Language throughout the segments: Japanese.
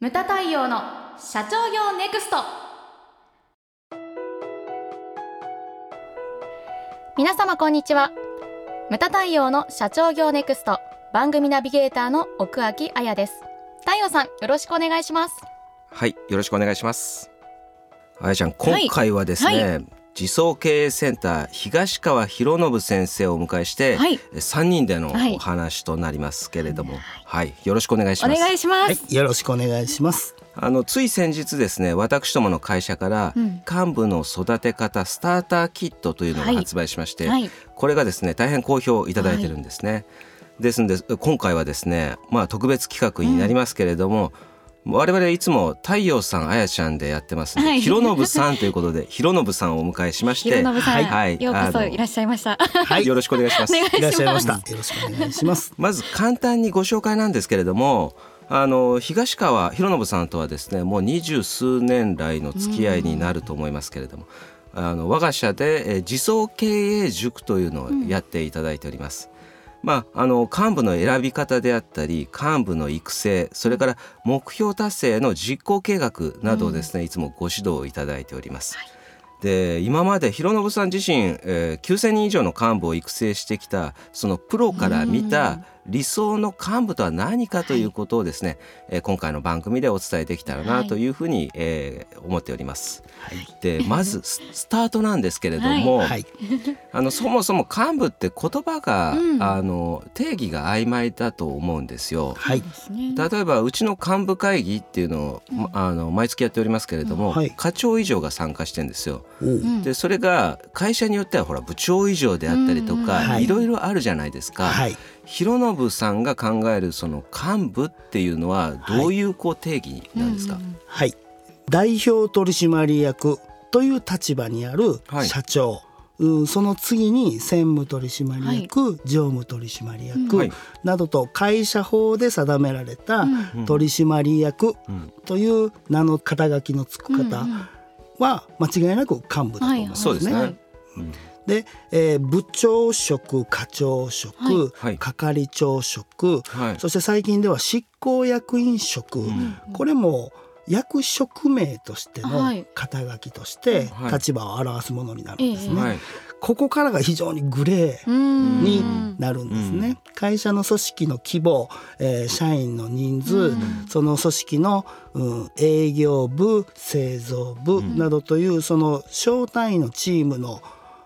ムタ太陽の社長業ネクスト。皆様こんにちは。ムタ太陽の社長業ネクスト番組ナビゲーターの奥脇彩です。太陽さん、よろしくお願いします。 はい、よろしくお願いします。彩ちゃん、今回はですね、自走経営センター東川博信先生をお迎えして、3人でのお話となりますけれども、よろしくお願いします。 お願いします。 よろしくお願いします。 つい先日ですね、私どもの会社から幹部の育て方スターターキットというのを発売しまして、これがですね大変好評いただいてるんですね。ですので今回はですね、特別企画になりますけれども、我々いつも太陽さん、あやちゃんでやってますので、博信さんということで博信さんをお迎えしまして、 博信さん、ようこそいらっしゃいました。 よろしくお願いします。 いらっしゃいました。よろしくお願いします。 まず簡単にご紹介なんですけれども、東川博信さんとはですね、もう20数年来の付き合いになると思いますけれども、我が社で自走経営塾というのをやっていただいております。幹部の選び方であったり幹部の育成、それから目標達成の実行計画などをですね、いつもご指導いただいております。で、今まで博信さん自身、9000人以上の幹部を育成してきたそのプロから見た理想の幹部とは何かということをですね、今回の番組でお伝えできたらなというふうに、思っております。で、まずスタートなんですけれども、そもそも幹部って言葉が、定義が曖昧だと思うんですよ。例えばうちの幹部会議っていうのを、毎月やっておりますけれども、課長以上が参加してるんですよ。で、それが会社によっては部長以上であったりとか、いろいろあるじゃないですか。博信さんが考えるその幹部っていうのはどういう定義なんですか？ 代表取締役という立場にある社長、その次に専務取締役、常務取締役、などと会社法で定められた取締役という名の肩書きのつく方は間違いなく幹部だと思いますね。 そうですね。 で、部長職、課長職、係長職、そして最近では執行役員職、これも役職名としての肩書きとして立場を表すものになるんですね。ここからが非常にグレーになるんですね。会社の組織の規模、社員の人数、その組織の、営業部、製造部などというその小単位のチームの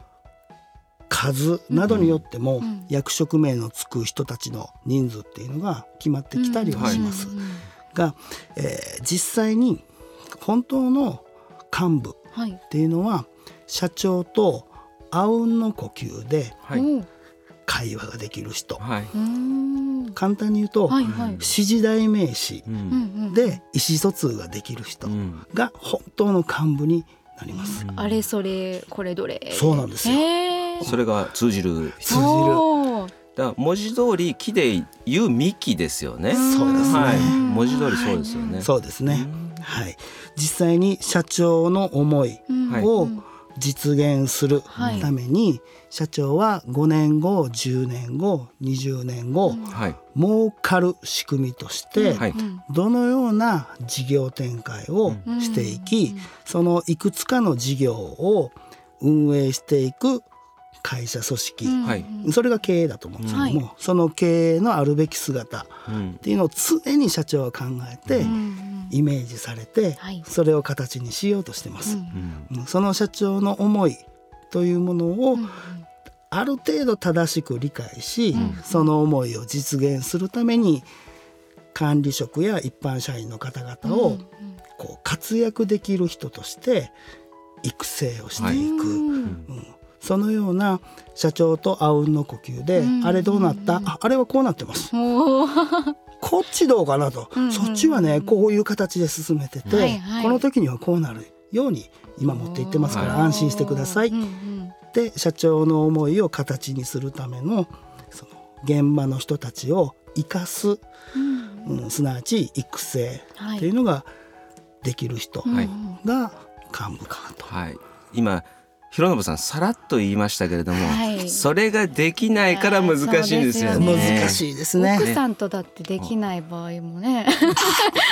数などによっても、役職名のつく人たちの人数っていうのが決まってきたりはしますが、実際に本当の幹部っていうのは、社長とあうんの呼吸で会話ができる人、簡単に言うと、指示代名詞で意思疎通ができる人が本当の幹部になります。 あれそれこれどれ。 そうなんですよ。 それが通じる。だから文字通り木で言う幹ですよね。 そうですね。 文字通りそうですよね。 そうですね。実際に社長の思いを実現するために、社長は5年後、10年後、20年後、儲かる仕組みとして、どのような事業展開をしていき、そのいくつかの事業を運営していく会社組織、それが経営だと思うんですけども、その経営のあるべき姿っていうのを常に社長は考えて、イメージされて、それを形にしようとしてます。その社長の思いというものをある程度正しく理解し、その思いを実現するために管理職や一般社員の方々を活躍できる人として育成をしていく、そのような社長とあうんの呼吸で、あれどうなった？あれはこうなってます。こっちどうかなと、そっちはねこういう形で進めてて、この時にはこうなるように今持っていってますから安心してください。で、社長の思いを形にするためのその現場の人たちを生かす、すなわち育成っていうのができる人が幹部かなと。 今博信さんさらっと言いましたけれども、それができないから難しいんですよね。 難しいですね。 奥さんとだってできない場合もね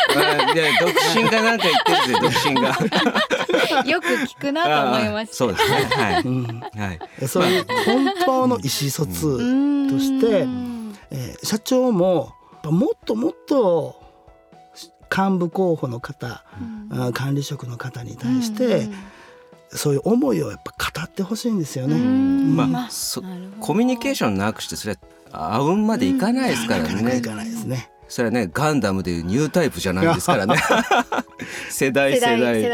独身かなんか言ってるんですよ、独身がよく聞くなと思いました。 そうですね、はいはい、そういう本当の意思疎通として、社長ももっともっと幹部候補の方、管理職の方に対して、そういう思いをやっぱ語ってほしいんですよね。 コミュニケーションなくしてそれはあうんまでいかないですからね。 なかなかいかないですね。 それはね、ガンダムでいうニュータイプじゃないですからね。世代はい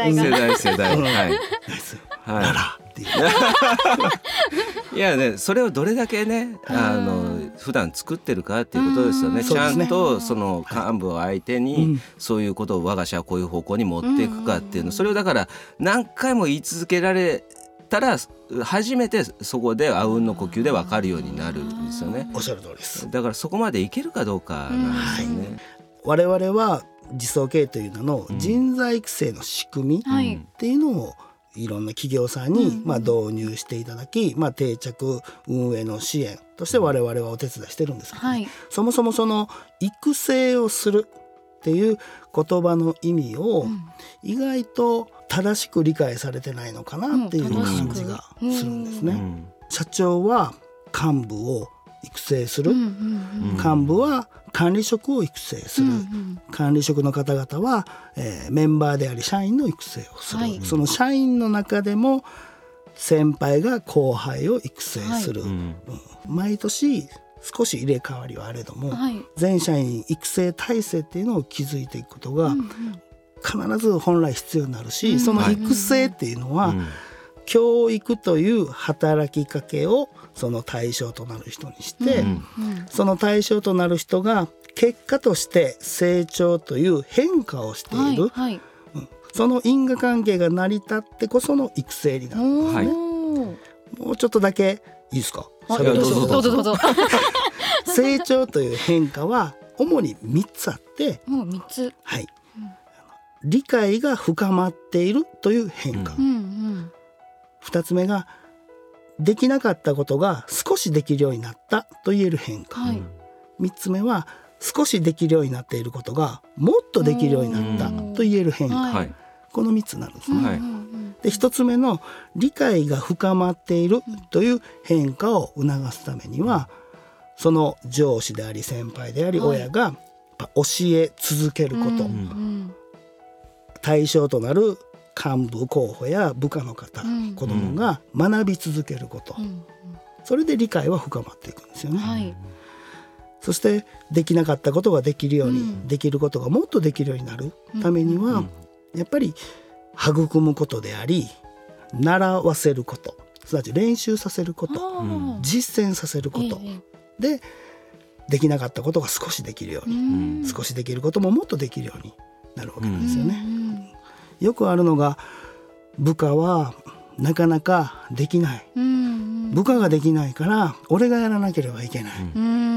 っていういやね、それをどれだけね普段作ってるかっていうことですよね。ちゃんとその幹部を相手にそういうことを我が社はこういう方向に持っていくかっていうの、それをだから何回も言い続けられたら初めてそこであうんの呼吸で分かるようになるんですよね。 おっしゃる通りです。 だからそこまでいけるかどうかなんですよね。 我々は自走経営という名の人材育成の仕組みっていうのをいろんな企業さんに導入していただき、定着運営の支援として我々はお手伝いしてるんですけど、そもそもその育成をするっていう言葉の意味を意外と正しく理解されてないのかなっていう感じがするんですね。社長は幹部を育成する、幹部は管理職を育成する、管理職の方々は、メンバーであり社員の育成をする、その社員の中でも先輩が後輩を育成する、毎年少し入れ替わりはあれども、全社員育成体制っていうのを築いていくことが必ず本来必要になるし、その育成っていうのは、教育という働きかけをその対象となる人にして、その対象となる人が結果として成長という変化をしている、その因果関係が成り立ってこその育成になるんですね。もうちょっとだけいいですか？ どうぞ。 成長という変化は主に3つあって、 3つ、 理解が深まっているという変化、2つ目ができなかったことが少しできるようになったと言える変化、3つ目は少しできるようになっていることがもっとできるようになったと言える変化、この3つなんですね。で1つ目の理解が深まっているという変化を促すためには、その上司であり先輩であり親が教え続けること、対象となる幹部候補や部下の方、子どもが学び続けること、それで理解は深まっていくんですよね。そしてできなかったことができるように、できることがもっとできるようになるためには、やっぱり育むことであり、習わせること、すなわち練習させること、実践させることで、できなかったことが少しできるように、少しできることももっとできるようになるわけなんですよね。よくあるのが、部下はなかなかできない、部下ができないから俺がやらなければいけない、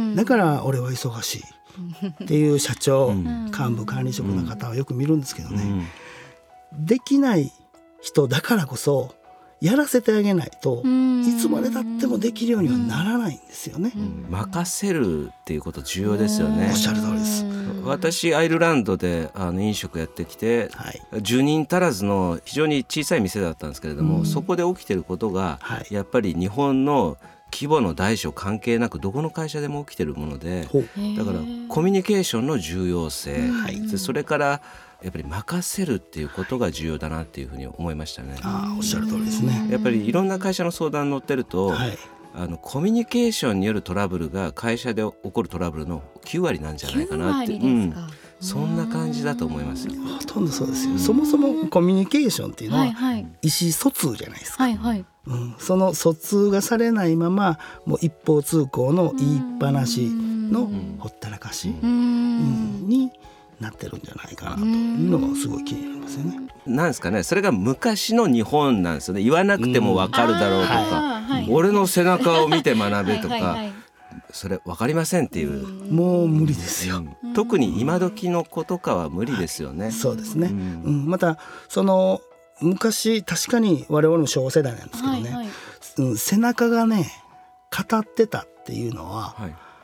だから俺は忙しいっていう社長、幹部管理職の方はよく見るんですけどね、できない人だからこそやらせてあげないといつまでたってもできるようにはならないんですよね。 任せるっていうこと重要ですよね。 おっしゃる通りです。 私アイルランドで飲食やってきて、10人足らずの非常に小さい店だったんですけれども、そこで起きてることが、やっぱり日本の規模の大小関係なくどこの会社でも起きてるもので、だからコミュニケーションの重要性、それからやっぱり任せるっていうことが重要だなっていうふうに思いましたね。 おっしゃる通りですね。 やっぱりいろんな会社の相談に乗ってると、コミュニケーションによるトラブルが会社で起こるトラブルの9割なんじゃないかなって、そんな感じだと思いますよ。 ほとんどそうですよ。そもそもコミュニケーションっていうのは意思疎通じゃないですか。その疎通がされないまま、もう一方通行の言いっぱなしのほったらかしになってるんじゃないかなというのがすごい気になりますよね。 なんですかね、それが昔の日本なんですよね。言わなくても分かるだろうとか、俺の背中を見て学べとか、それ分かりませんっていう、 もう無理ですよ。 特に今時の子とかは無理ですよね。 そうですね。またその昔、確かに我々も昭和世代なんですけどね、背中がね語ってたっていうのは、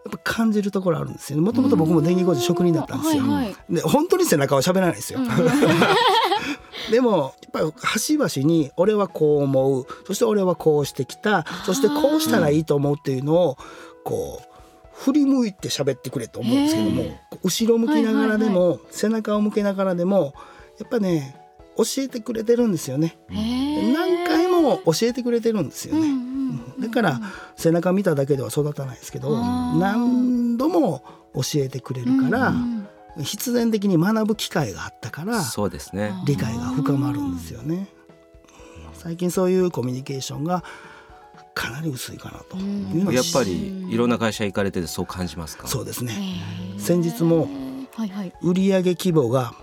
ぱ感じるところあるんですよね。もともと僕も電気工事職人だったんですよ、で本当に背中は喋らないですよ、でもやっぱり端々に俺はこう思う、そして俺はこうしてきた、そしてこうしたらいいと思うっていうのをこう振り向いて喋ってくれと思うんですけども、後ろ向きながらでも、背中を向けながらでもやっぱね教えてくれてるんですよね。何回も教えてくれてるんですよね、だから背中見ただけでは育たないですけど、何度も教えてくれるから、必然的に学ぶ機会があったから、 そうですね、 理解が深まるんですよね。最近そういうコミュニケーションがかなり薄いかなというのやっぱりいろんな会社行かれててそう感じますか？ そうですね。先日も売上規模が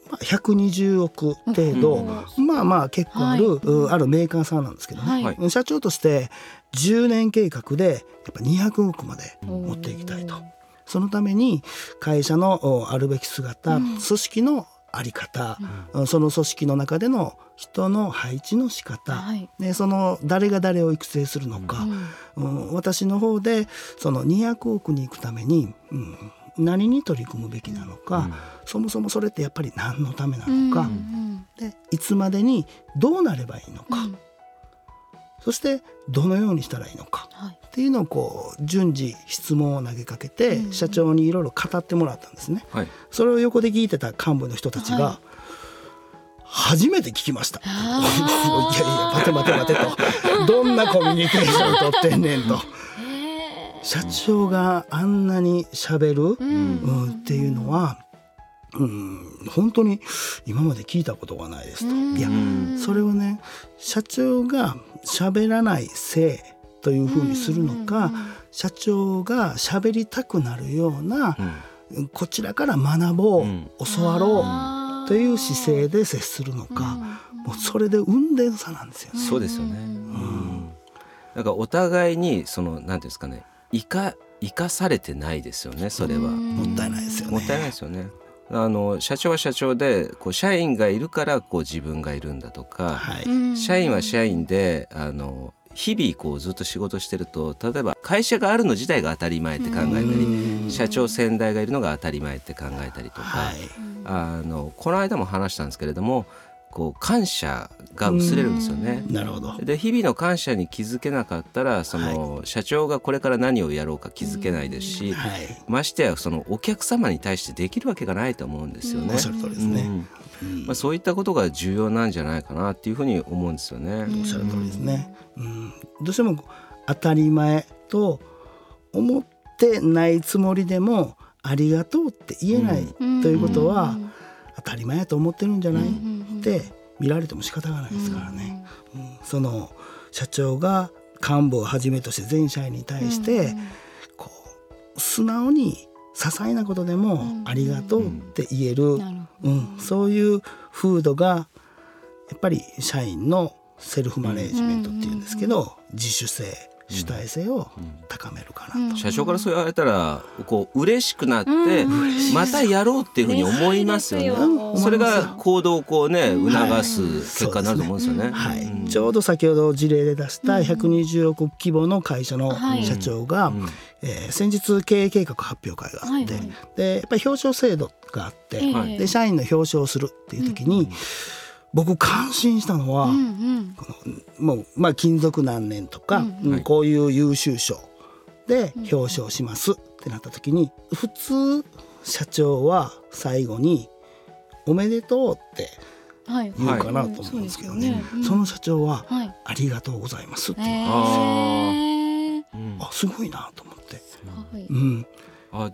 120億程度、まあ結構あるメーカーさんなんですけどね、社長として10年計画でやっぱ200億まで持っていきたいと。そのために会社のあるべき姿、組織のあり方、その組織の中での人の配置の仕方、でその誰が誰を育成するのか、私の方でその200億に行くために、何に取り組むべきなのか、そもそもそれってやっぱり何のためなのか、でいつまでにどうなればいいのか、そしてどのようにしたらいいのか、っていうのをこう順次質問を投げかけて、社長にいろいろ語ってもらったんですね、それを横で聞いてた幹部の人たちが、初めて聞きましたいやいや待てとどんなコミュニケーションを取ってんねんと社長があんなに喋る、っていうのは、本当に今まで聞いたことがないですと。いやそれをね、社長が喋らないせいというふうにするのか、社長が喋りたくなるような、こちらから学ぼう、教わろうという姿勢で接するのか、もうそれで運転差なんですよね。 そうですよね、なんかお互いにその何ていうんですかね、生かされてないですよね。それはもったいないですよね。 もったいないですよね。社長は社長でこう社員がいるからこう自分がいるんだとか、社員は社員で日々こうずっと仕事してると、例えば会社があるの自体が当たり前って考えたり、社長先代がいるのが当たり前って考えたりとか、この間も話したんですけれども、こう感謝が薄れるんですよね。 なるほど。 で日々の感謝に気づけなかったら、その社長がこれから何をやろうか気づけないですし、ましてやそのお客様に対してできるわけがないと思うんですよね。 おっしゃる通りですね。 そういったことが重要なんじゃないかなっていうふうに思うんですよね。 おっしゃる通りですね。どうしても当たり前と思ってないつもりでもありがとうって言えないということは、当たり前やと思ってるんじゃないって見られても仕方がないですからね。その社長が幹部をはじめとして全社員に対してこう素直に些細なことでもありがとうって言える、そういう風土がやっぱり社員のセルフマネジメントっていうんですけど、自主性主体性を高めるかなと。 社長からそう言われたらこう嬉しくなって、またやろうっていうふうに思いますよね。それが行動をこうね促す結果になると思うんですよね。 ちょうど先ほど事例で出した120億規模の会社の社長が、先日経営計画発表会があって、でやっぱり表彰制度があって、で社員の表彰をするっていう時に、僕感心したのは、もう勤続何年とか、こういう優秀賞で表彰しますってなった時に、普通社長は最後におめでとうって言うかなと思うんですけどね、その社長はありがとうございますって言うんです。すごいなと思って、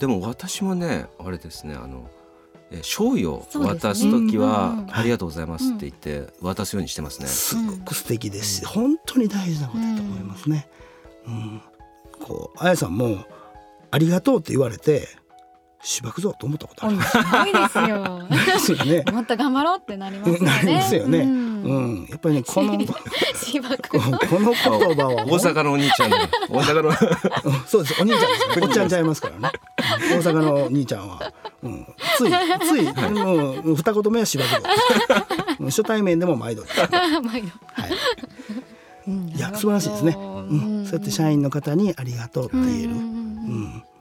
でも私もねあれですね、賞与を渡すときはありがとうございますって言って渡すようにしてますね。 すごく素敵ですし、本当に大事なことだと思いますね。こうあやさんもありがとうって言われてしばくぞと思ったことある。 すごいですよ。 ですよね。 もっと頑張ろうってなりますよね。 なりますよね。やっぱりねこの言葉は大阪のお兄ちゃんで、大阪のそうです、お兄ちゃんですね。おっちゃんちゃいますからね。大阪の兄ちゃんは、つい二言目はしばくぞ。初対面でも毎度です。いや素晴らしいですね。そうやって社員の方にありがとうって言える。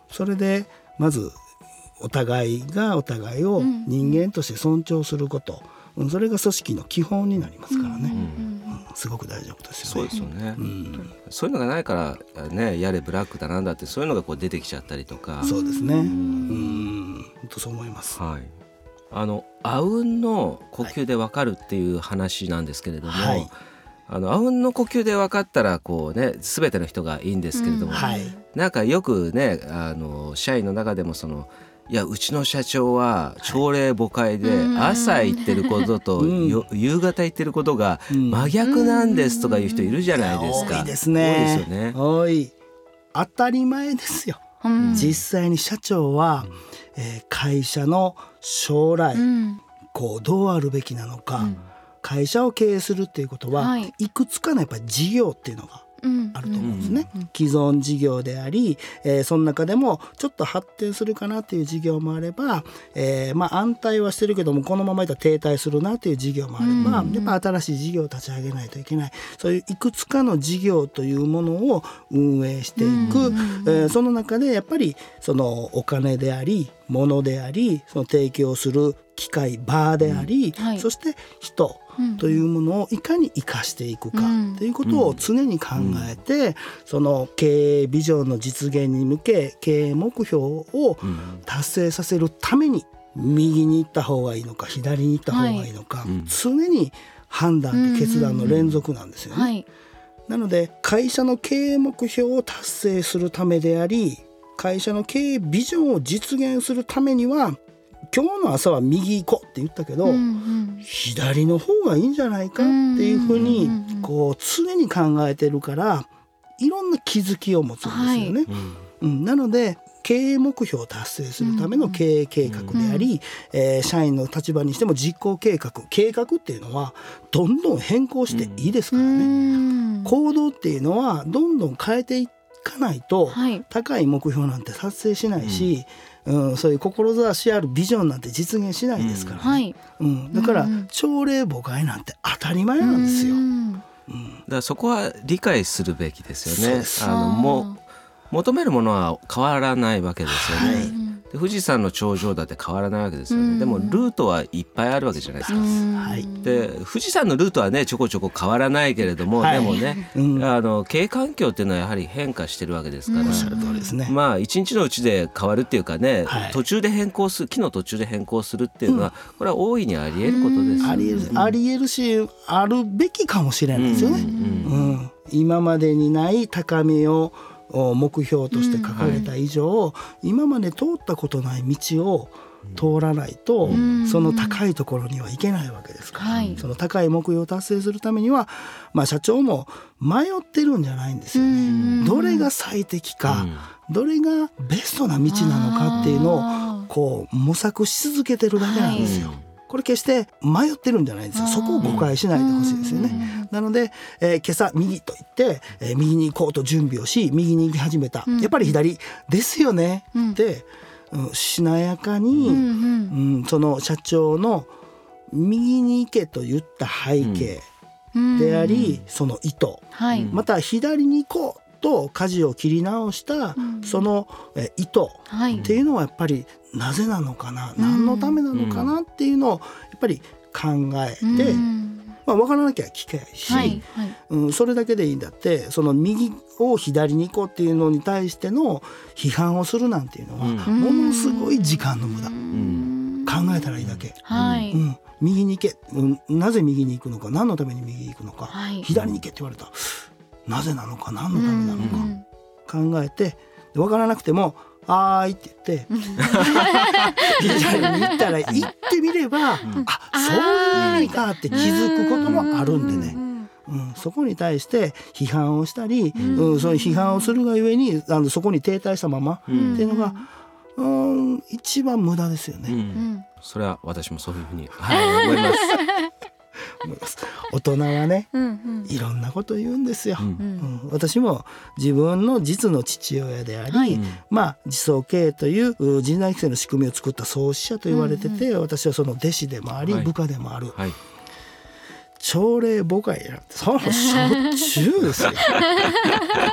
それでまずお互いがお互いを人間として尊重すること、それが組織の基本になりますからね、すごく大事なことですよね。 そうですよね、そういうのがないからね、やれブラックだなんだってそういうのがこう出てきちゃったりとか。 そうですね、本当そう思います。 はい、あうんの呼吸で分かるっていう話なんですけれども、あうんの呼吸で分かったらこうね、全ての人がいいんですけれども、なんかよくね、社員の中でもいやうちの社長は朝令暮改で朝言ってることと夕方言ってることが真逆なんですとかいう人いるじゃないですか。 多いですね。 多いですよね。 多い。当たり前ですよ。実際に社長は、会社の将来、こうどうあるべきなのか、会社を経営するっていうことは、いくつかのやっぱり事業っていうのがあると思うんですね。既存事業であり、その中でもちょっと発展するかなっていう事業もあれば、安泰はしてるけどもこのままいったら停滞するなっていう事業もあれば、やっぱ新しい事業を立ち上げないといけない、そういういくつかの事業というものを運営していく、その中でやっぱりそのお金であり物であり、その提供する機会場であり、そして人というものをいかに生かしていくかということを常に考えて、その経営ビジョンの実現に向け経営目標を達成させるために右に行った方がいいのか左に行った方がいいのか、常に判断と決断の連続なんですよね。なので会社の経営目標を達成するためであり、会社の経営ビジョンを実現するためには、今日の朝は右行こうって言ったけど、左の方がいいんじゃないかっていうふうにこう常に考えてるから、いろんな気づきを持つんですよね。なので経営目標を達成するための経営計画であり、社員の立場にしても実行計画っていうのはどんどん変更していいですからね。行動っていうのはどんどん変えていかないと、高い目標なんて達成しないし、そういう志しあるビジョンなんて実現しないですからね。だから朝令暮改なんて当たり前なんですよ。 だからそこは理解するべきですよね。求めるものは変わらないわけですよね。で富士山の頂上だって変わらないわけですよね。でもルートはいっぱいあるわけじゃないですか。で富士山のルートはねちょこちょこ変わらないけれども、でもね、経営環境っていうのはやはり変化してるわけですから、 おっしゃる通りですね。 一日のうちで変わるっていうかね、途中で変更する、木の途中で変更するっていうのは、これは大いにあり得ることですよね。 あり得るし、あるべきかもしれないですよね。今までにない高みを目標として掲げた以上、今まで通ったことない道を通らないと、その高いところには行けないわけですから、その高い目標を達成するためには、社長も迷ってるんじゃないんですよね。どれが最適か、どれがベストな道なのかっていうのをこう模索し続けてるだけなんですよ。これ決して迷ってるんじゃないんですよ。そこを誤解しないでほしいですよね。なので、今朝右と言って、右に行こうと準備をし、右に行き始めた、やっぱり左ですよねって、しなやかに、その社長の右に行けと言った背景であり、その意図、また左に行こうと舵を切り直したその意図っていうのはやっぱりなぜなのかな、何のためなのかなっていうのをやっぱり考えて、分からなきゃ聞けないし、それだけでいいんだって、その右を左に行こうっていうのに対しての批判をするなんていうのはものすごい時間の無駄、考えたらいいだけ、右に行け、なぜ右に行くのか、何のために右に行くのか、左に行けって言われたらなぜなのか、何のためなのか考えて、分からなくてもはーいって言って左に行ったら行ってみれば、そういう意味かって気づくこともあるんでね、そこに対して批判をしたり、その批判をするがゆえにそこに停滞したままっていうのが一番無駄ですよね。 それは私もそういうふうに、思います大人はね、いろんなこと言うんですよ。私も自分の実の父親であり、自走経営という人材育成の仕組みを作った創始者と言われてて、私はその弟子でもあり、部下でもある。朝令暮改なんてそのしょっちゅうですよ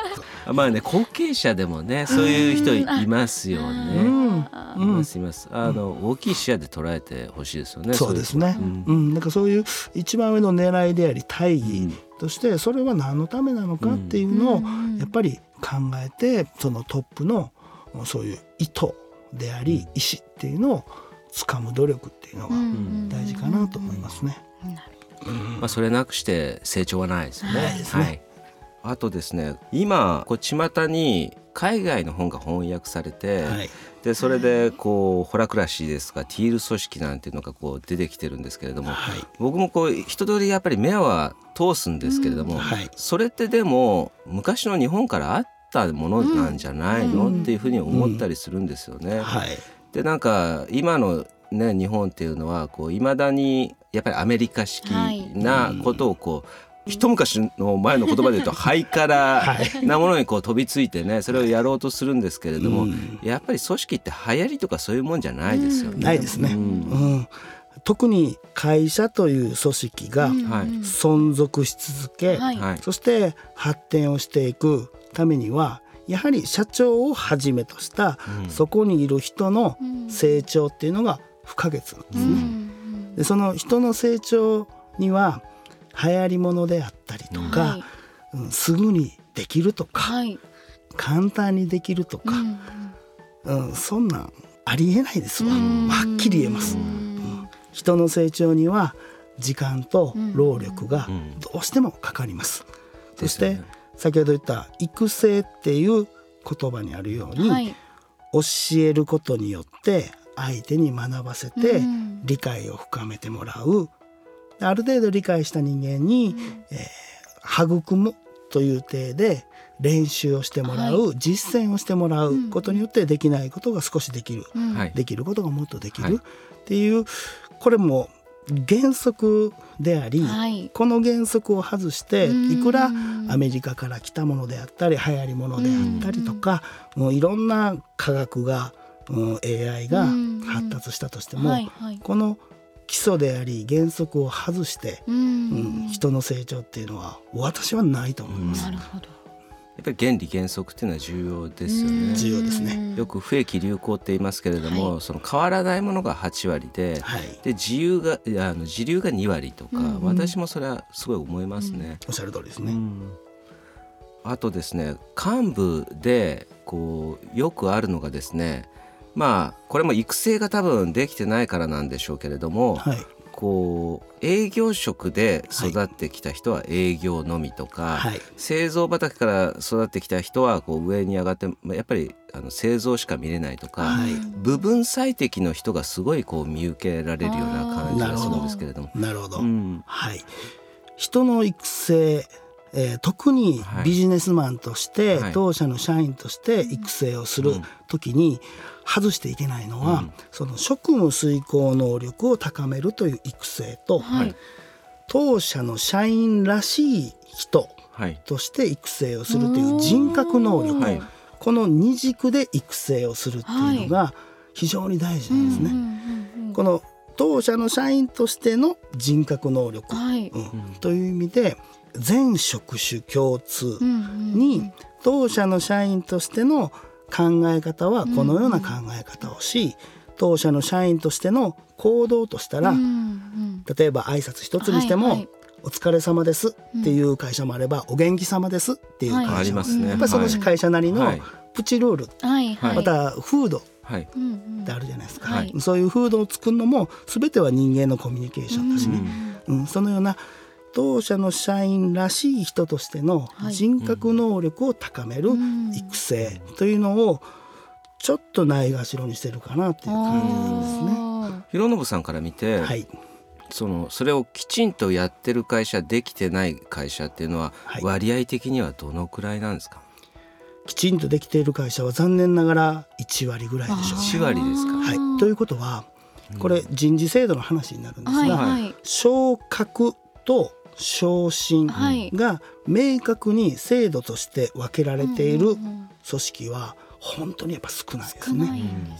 まあね、後継者でもねそういう人いますよね。いますいます。大きい視野で捉えてほしいですよね。 そうですね。なんかそういう一番上の狙いであり大義としてそれは何のためなのかっていうのをやっぱり考えて、そのトップのそういう意図であり意思っていうのを掴む努力っていうのが大事かなと思いますね。 まあ、それなくして成長はないですよね。 ないですね。 はい、あとですね、今こう巷に海外の本が翻訳されて、はい、でそれでこうホラクラシーですとかティール組織なんていうのがこう出てきてるんですけれども、はい、僕もこう一通りやっぱり目は通すんですけれども、はい、それってでも昔の日本からあったものなんじゃないの、っていうふうに思ったりするんですよね。はい、でなんか今のね、日本っていうのはこう未だにやっぱりアメリカ式なことをこう、一昔の前の言葉で言うとハイカラなものにこう飛びついてね、それをやろうとするんですけれども、やっぱり組織って流行りとかそういうもんじゃないですよね。 ないですね。特に会社という組織が存続し続け、そして発展をしていくためにはやはり社長をはじめとした、そこにいる人の成長っていうのが不可欠なんですね。でその人の成長には流行り物であったりとか、すぐにできるとか、簡単にできるとか、そんなんありえないですわ。はっきり言えます。人の成長には時間と労力がどうしてもかかります。そして先ほど言った育成っていう言葉にあるように、教えることによって相手に学ばせて理解を深めてもらう、ある程度理解した人間に、育むという体で練習をしてもらう、実践をしてもらうことによってできないことが少しできる、できることがもっとできるっていう、これも原則であり、この原則を外していくらアメリカから来たものであったり流行りものであったりとか、もういろんな科学が、AI が発達したとしても、この基礎であり原則を外して、人の成長っていうのは私はないと思います。 なるほど。 やっぱり原理原則っていうのは重要ですよね。 重要ですね。 よく不益流行って言いますけれども、その変わらないものが8割で、で自流が2割とか、私もそれはすごい思いますね。 おっしゃる通りですね。 あとですね、幹部でこうよくあるのがですね、まあこれも育成が多分できてないからなんでしょうけれども、こう営業職で育ってきた人は営業のみとか、製造畑から育ってきた人はこう上に上がって、やっぱり製造しか見れないとか、部分最適の人がすごいこう見受けられるような感じがするんですけれども。 なるほど、人の育成、特にビジネスマンとして、当社の社員として育成をするときに外していけないのは、その職務遂行能力を高めるという育成と、当社の社員らしい人として育成をするという人格能力、この二軸で育成をするっていうのが非常に大事なんですね。この当社の社員としての人格能力、という意味で全職種共通に、当社の社員としての考え方はこのような考え方をし、当社の社員としての行動としたら、例えば挨拶一つにしても、お疲れ様ですっていう会社もあれば、お元気様ですっていう会社も、やっぱりその会社なりのプチルール、また風土ってあるじゃないですか。そういう風土を作るのも全ては人間のコミュニケーションだしね、そのような当社の社員らしい人としての人格能力を高める育成というのをちょっとないがしろにしてるかなっていう感じなんですね。 広信さんから見て、それをきちんとやってる会社、できてない会社っていうのは割合的にはどのくらいなんですか？ きちんとできている会社は残念ながら1割ぐらいでしょう。 1割ですか？ ということはこれ人事制度の話になるんですが、昇格と昇進が明確に制度として分けられている組織は本当にやっぱ少ないですね。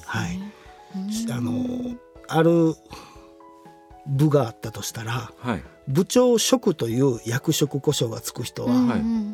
ある部があったとしたら、部長職という役職故障がつく人は、基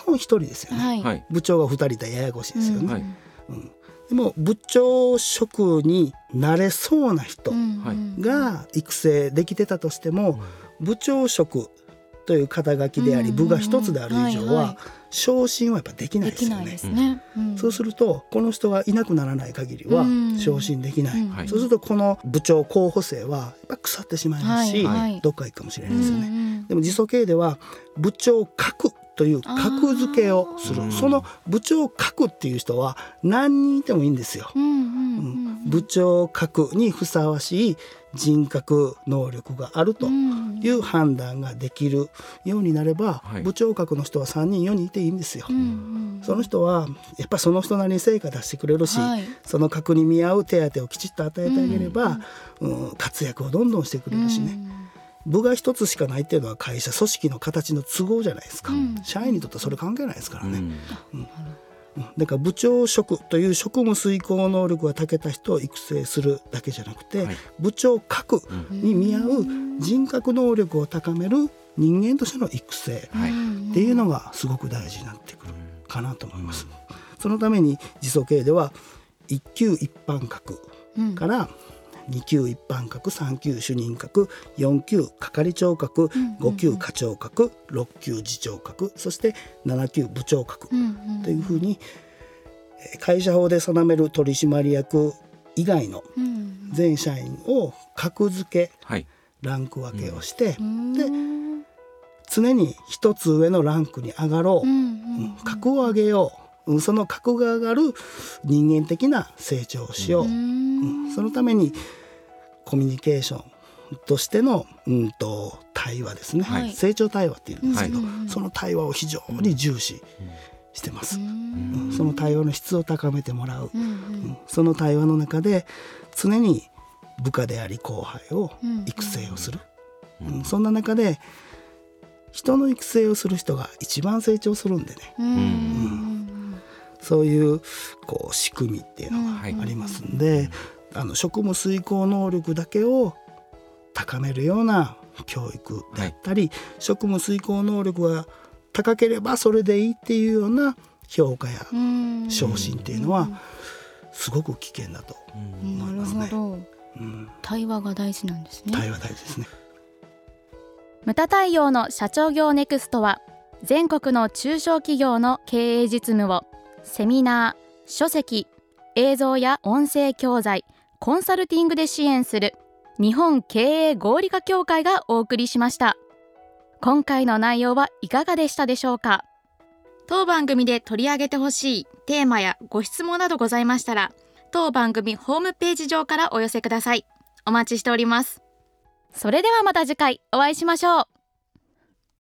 本1人ですよね、 はい、 部長が2人いたらややこしいですよね、 はいでも部長職になれそうな人はいが育成できてたとしても、部長職という肩書きであり部が一つである以上は昇進はやっぱできないですよね。 できないですね、 そうするとこの人がいなくならない限りは昇進できない、そうするとこの部長候補生はやっぱ腐ってしまいますし、どっか行くかもしれないですよね。でも自組系では部長格という格付けをする、その部長格っていう人は何人いてもいいんですよ、部長格にふさわしい人格能力があるという判断ができるようになれば、部長格の人は3人4人いていいんですよ、その人はやっぱその人なりに成果出してくれるし、その格に見合う手当をきちっと与えてあげれば、活躍をどんどんしてくれるしね、部が一つしかないっていうのは会社組織の形の都合じゃないですか、社員にとってそれ関係ないですからね、だから部長職という職務遂行能力が長けた人を育成するだけじゃなくて、部長格に見合う人格能力を高める人間としての育成っていうのがすごく大事になってくるかなと思います。そのために自組系では1級一般格から2級一般格、3級主任格、4級係長格、5級課長格、6級次長格、そして7級部長格というふうに会社法で定める取締役以外の全社員を格付け、ランク分けをして、で常に一つ上のランクに上がろう、格を上げよう、その格が上がる人間的な成長をしよう、そのためにコミュニケーションとしての、対話ですね、成長対話っていうんですけど、その対話を非常に重視してます、その対話の質を高めてもらう、その対話の中で常に部下であり後輩を育成をする、そんな中で人の育成をする人が一番成長するんでね、そういう仕組みっていうのがありますんで、職務遂行能力だけを高めるような教育であったり、職務遂行能力が高ければそれでいいっていうような評価や昇進っていうのはすごく危険だと思いますね。 なるほど、対話が大事なんですね。 対話大事ですね。 ムタ太陽の社長業ネクストは全国の中小企業の経営実務をセミナー、書籍、映像や音声教材、コンサルティングで支援する日本経営合理化協会がお送りしました。今回の内容はいかがでしたでしょうか。当番組で取り上げてほしいテーマやご質問などございましたら、当番組ホームページ上からお寄せください。お待ちしております。それではまた次回お会いしましょう。